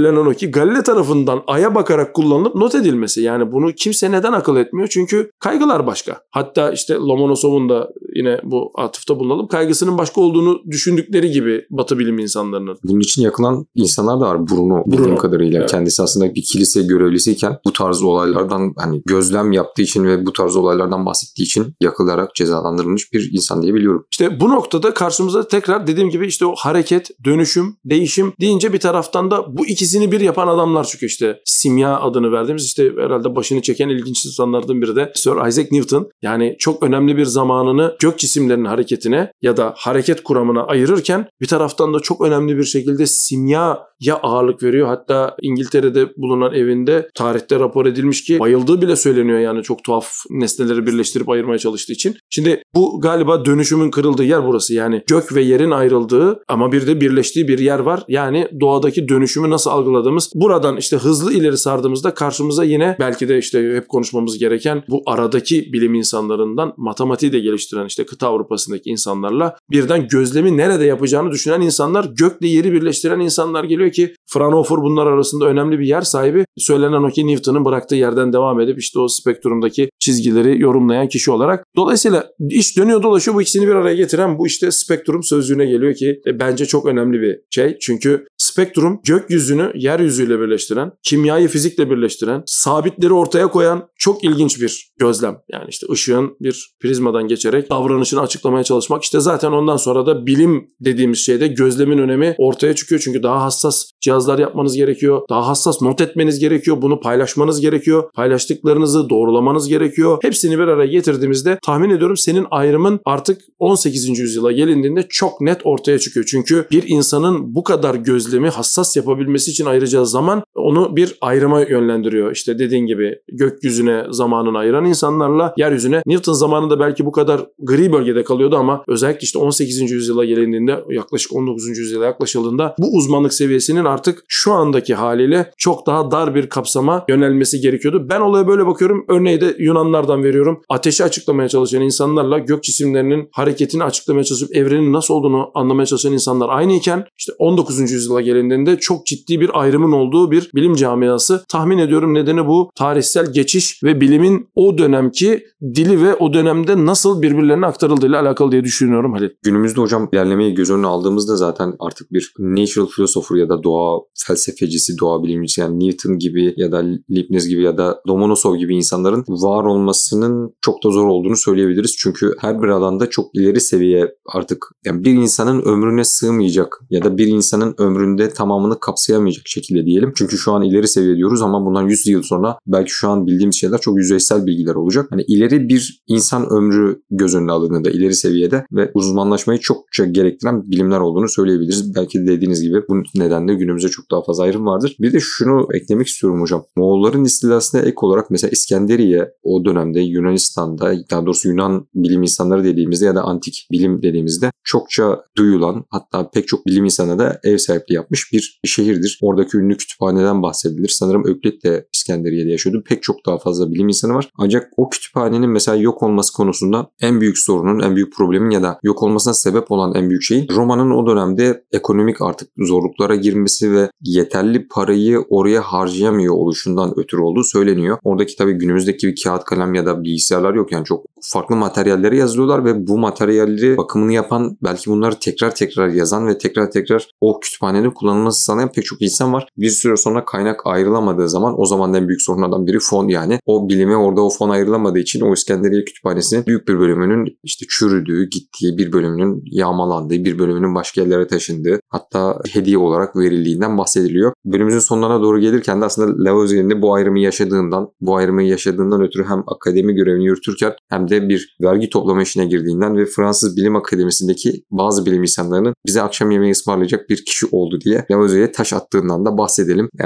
S2: söylenen o ki Galile tarafından Ay'a bakarak kullanılıp not edilmesi. Yani bunu kimse neden akıl etmiyor? Çünkü kaygılar başka. Hatta işte Lomonosov'un da yine bu atıfta bulunalım. Kaygısının başka olduğunu düşündükleri gibi Batı bilim insanlarının.
S1: Bunun için yakılan insanlar da var. Bruno bildiğim kadarıyla. Evet. Kendisi aslında bir kilise görevlisiyken bu tarz olaylardan hani gözlem yaptığı için ve bu tarz olaylardan bahsettiği için yakılarak cezalandırılmış bir insan diye biliyorum.
S2: İşte bu noktada karşımıza tekrar dediğim gibi işte o hareket, dönüşüm, değişim deyince bir taraftan da bu ikisini bir yapan adamlar çıkıyor. İşte simya adını verdiğimiz işte herhalde başını çeken ilginç insanlardan biri de Sir Isaac Newton. Yani çok önemli bir zamanını gök cisimlerinin hareketine ya da hareket kuramına ayırırken bir taraftan da çok önemli bir şekilde simyaya ağırlık veriyor. Hatta İngiltere'de bulunan evinde tarihte rapor edilmiş ki bayıldığı bile söyleniyor yani çok tuhaf nesneleri birleştirip ayırmaya çalıştığı için. Şimdi bu galiba dönüşümün kırıldığı yer burası. Yani gök ve yerin ayrıldığı ama bir de birleştiği bir yer var. Yani doğadaki dönüşümü nasıl algıladığımız. Buradan işte hızlı ileri sardığımızda karşımıza yine belki de işte hep konuşmamız gereken bu aradaki bilim insanlarından matematiği de geliştiren işte kıta Avrupa'sındaki insanlarla birden gözlemi nerede yapacağını düşünen insanlar, gökle yeri birleştiren insanlar geliyor ki Fraunhofer bunlar arasında önemli bir yer sahibi. Söylenen o ki Newton'un bıraktığı yerden devam edip işte o spektrumdaki çizgileri yorumlayan kişi olarak. Dolayısıyla iş dönüyor dolaşıyor, bu ikisini bir araya getiren bu işte spektrum sözcüğüne geliyor ki e, bence çok önemli bir şey. Çünkü spektrum gökyüzünü yeryüzüyle birleştiren, kimyayı fizikle birleştiren, sabitleri ortaya koyan çok ilginç bir gözlem. Yani işte ışığın bir prizmadan geçerek davranışını açıklamaya çalışmak. İşte zaten ondan sonra da bilim dediğimiz şeyde gözlemin önemi ortaya çıkıyor. Çünkü daha hassas cihazlar yapmanız gerekiyor. Daha hassas not etmeniz gerekiyor. Bunu paylaşmanız gerekiyor. Paylaştıklarınızı doğrulamanız gerekiyor. Hepsini bir araya getirdiğimizde tahmin ediyorum senin ayrımın artık on sekizinci yüzyıla gelindiğinde çok net ortaya çıkıyor. Çünkü bir insanın bu kadar gözlemi hassas yapabilmesi için ayıracağı zaman onu bir ayrıma yönlendiriyor. İşte dediğin gibi gökyüzüne zamanını ayıran insanlarla yeryüzüne. Newton zamanında belki bu kadar gri bölgede kalıyordu ama özellikle işte on sekizinci yüzyıla gelindiğinde, yaklaşık on dokuzuncu yüzyıla yaklaşıldığında bu uzmanlık seviyesinin artık şu andaki haliyle çok daha dar bir kapsama yönelmesi gerekiyordu. Ben olaya böyle bakıyorum. Örneği de Yunanlardan veriyorum. Ateşi açıklamaya çalışan insanlarla gök cisimlerinin hareketini açıklamaya çalışıp evrenin nasıl olduğunu anlamaya çalışan insanlar aynıyken işte on dokuzuncu yüzyıla gelindiğinde çok ciddi bir ayrımın olduğu bir bilim camiası. Tahmin ediyorum nedeni bu tarihsel geçiş ve bilimin o dönemki dili ve o dönemde nasıl birbirlerine aktarıldığıyla alakalı diye düşünüyorum Halil.
S1: Günümüzde hocam ilerlemeyi göz önüne aldığımızda zaten artık bir natural philosopher ya da doğa felsefecisi, doğa bilimcisi yani Newton gibi ya da Leibniz gibi ya da Lomonosov gibi insanların var olmasının çok da zor olduğunu söyleyebiliriz. Çünkü her bir alanda çok ileri seviye artık yani bir insanın ömrüne sığmayacak ya da bir insanın ömründe tamamını kapsayamayacak şekilde diyelim. Çünkü şu an ileri seviye diyoruz ama bundan yüz yıl sonra belki şu an bildiğimiz şeyler çok yüzeysel bilgiler olacak. Hani ileri bir insan ömrü göz önüne alındığında ileri seviyede ve uzmanlaşmayı çokça gerektiren bilimler olduğunu söyleyebiliriz. Belki de dediğiniz gibi bu nedenle günümüzde çok daha fazla ayrım vardır. Bir de şunu eklemek istiyorum hocam. Moğolların istilasına ek olarak mesela İskenderiye o dönemde Yunanistan'da, daha doğrusu Yunan bilim insanları dediğimizde ya da antik bilim dediğimizde çokça duyulan, hatta pek çok bilim insanı da ev sahipliği yapmış bir şehirdir. Oradaki ünlü kütüphaneden bahsedilir. Sanırım Öklit de İskenderiye'de yaşıyordu. Pek çok daha fazla bilim insanı var. Ancak o kütüphanenin mesela yok olması konusunda en büyük sorunun, en büyük problemin ya da yok olmasına sebep olan en büyük şeyin Roma'nın o dönemde ekonomik artık zorluklara girmesi ve yeterli parayı oraya harcayamıyor oluşundan ötürü olduğu söyleniyor. Oradaki tabii günümüzdeki gibi kağıt kalem ya da bilgisayarlar yok, yani çok farklı materyallere yazılıyorlar ve bu materyalleri bakımını yapan, belki bunları tekrar tekrar yazan ve tekrar tekrar o kütüphanede kullanılması sağlayan pek çok insan var. Bir süre sonra kaynak ayrılamadığı zaman o zaman en büyük sorunlardan biri fon, yani o bilime orada o fon ayrılamadığı için o İskenderiye kütüphanesinin büyük bir bölümünün işte çürüdüğü, gittiği, bir bölümünün yağmalandığı, bir bölümünün başka yerlere taşındığı, hatta hediye olarak verildiğinden bahsediliyor. Bölümümüzün sonlarına doğru gelirken de aslında Lavoisier'in de bu ayrımı yaşadığından, bu ayrımı yaşadığından ötürü hem akademi görevini yürütürken hem de bir vergi toplama işine girdiğinden ve Fransız Bilim Akademisi'ndeki bazı bilim insanlarının bize akşam yemeği ısmarlayacak bir kişi oldu diye Lavoisier'e taş attığından da bahsedelim. Yani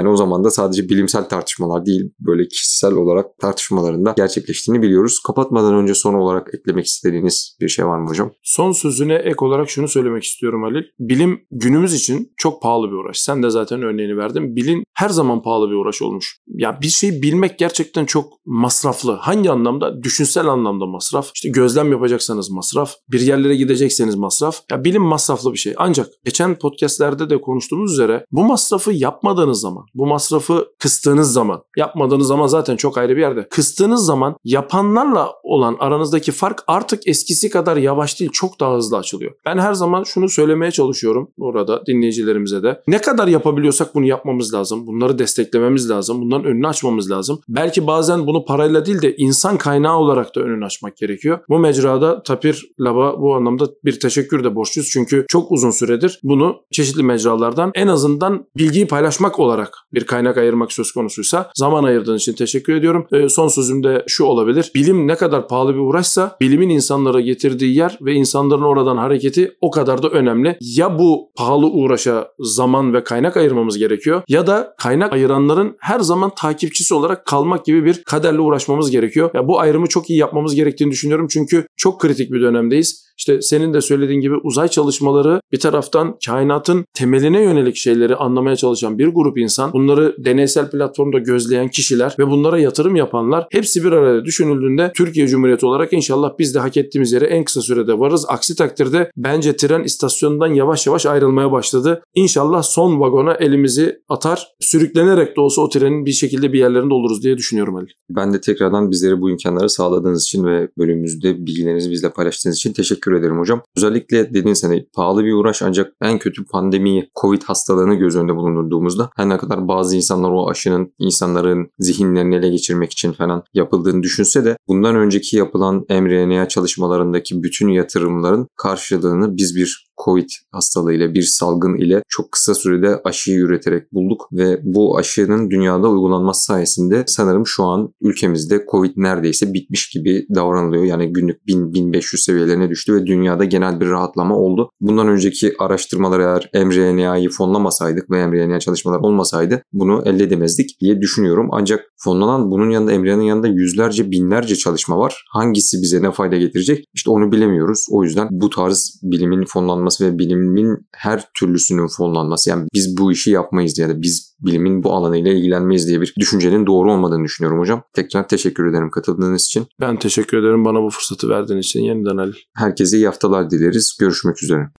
S1: Yani o zaman da sadece bilimsel tartışmalar değil, böyle kişisel olarak tartışmaların da gerçekleştiğini biliyoruz. Kapatmadan önce son olarak eklemek istediğiniz bir şey var mı hocam?
S2: Son sözüne ek olarak şunu söylemek istiyorum Halil. Bilim günümüz için çok pahalı bir uğraş. Sen de zaten örneğini verdin. Bilim her zaman pahalı bir uğraş olmuş. Ya bir şeyi bilmek gerçekten çok masraflı. Hangi anlamda? Düşünsel anlamda masraf. İşte gözlem yapacaksanız masraf. Bir yerlere gidecekseniz masraf. Ya bilim masraflı bir şey. Ancak geçen podcastlerde de konuştuğumuz üzere bu masrafı yapmadığınız zaman, bu masrafı kıstığınız zaman, yapmadığınız zaman zaten çok ayrı bir yerde. Kıstığınız zaman yapanlarla olan aranızdaki fark artık eskisi kadar yavaş değil, çok daha hızlı açılıyor. Ben her zaman şunu söylemeye çalışıyorum orada dinleyicilerimize de. Ne kadar yapabiliyorsak bunu yapmamız lazım. Bunları desteklememiz lazım. Bunların önünü açmamız lazım. Belki bazen bunu parayla değil de insan kaynağı olarak da önünü açmak gerekiyor. Bu mecrada Tapir Lab'a bu anlamda bir teşekkür de borçluyuz. Çünkü çok uzun süredir bunu çeşitli mecralardan en azından bilgiyi paylaşmak olarak bir kaynak ayırmak söz konusuysa zaman ayırdığın için teşekkür ediyorum. E, son sözüm de şu olabilir. Bilim ne kadar pahalı bir uğraşsa bilimin insanlara getirdiği yer ve insanların oradan hareketi o kadar da önemli. Ya bu pahalı uğraşa zaman ve kaynak ayırmamız gerekiyor ya da kaynak ayıranların her zaman takipçisi olarak kalmak gibi bir kaderle uğraşmamız gerekiyor. Ya bu ayrımı çok iyi yapmamız gerektiğini düşünüyorum çünkü çok kritik bir dönemdeyiz. İşte senin de söylediğin gibi uzay çalışmaları bir taraftan kainatın temeline yönelik şeyleri anlamaya çalışan bir grup insan, bunları deneysel platformda gözleyen kişiler ve bunlara yatırım yapanlar hepsi bir arada düşünüldüğünde Türkiye Cumhuriyeti olarak inşallah biz de hak ettiğimiz yere en kısa sürede varız. Aksi takdirde bence tren istasyonundan yavaş yavaş ayrılmaya başladı. İnşallah son vagona elimizi atar, sürüklenerek de olsa o trenin bir şekilde bir yerlerinde oluruz diye düşünüyorum Ali.
S1: Ben de tekrardan bizlere bu imkanları sağladığınız için ve bölümümüzde bilgilerinizi bizle paylaştığınız için teşekkür ederim hocam. Özellikle dediğiniz hani pahalı bir uğraş ancak en kötü pandemiyi, Covid hastalığını göz önünde bulundurduğumuzda her ne kadar bazı insanlar o aşının insanların zihinlerini ele geçirmek için falan yapıldığını düşünse de bundan önceki yapılan mRNA çalışmalarındaki bütün yatırımların karşılığını biz bir Covid hastalığıyla, bir salgın ile çok kısa sürede aşıyı üreterek bulduk ve bu aşının dünyada uygulanması sayesinde sanırım şu an ülkemizde Covid neredeyse bitmiş gibi davranılıyor. Yani günlük bin bin beş yüz seviyelerine düştü ve dünyada genel bir rahatlama oldu. Bundan önceki araştırmalar eğer mRNA'yı fonlamasaydık ve mRNA çalışmalar olmasaydı bunu elde edemezdik diye düşünüyorum. Ancak fonlanan bunun yanında mRNA'nın yanında yüzlerce binlerce çalışma var. Hangisi bize ne fayda getirecek? İşte onu bilemiyoruz. O yüzden bu tarz bilimin fonlanması ve bilimin her türlüsünün fonlanması, yani biz bu işi yapmayız ya da biz bilimin bu alanıyla ilgilenmeyiz diye bir düşüncenin doğru olmadığını düşünüyorum hocam. Tekrar teşekkür ederim katıldığınız için.
S2: Ben teşekkür ederim bana bu fırsatı verdiğin için yeniden Ali.
S1: Herkese iyi haftalar dileriz. Görüşmek üzere.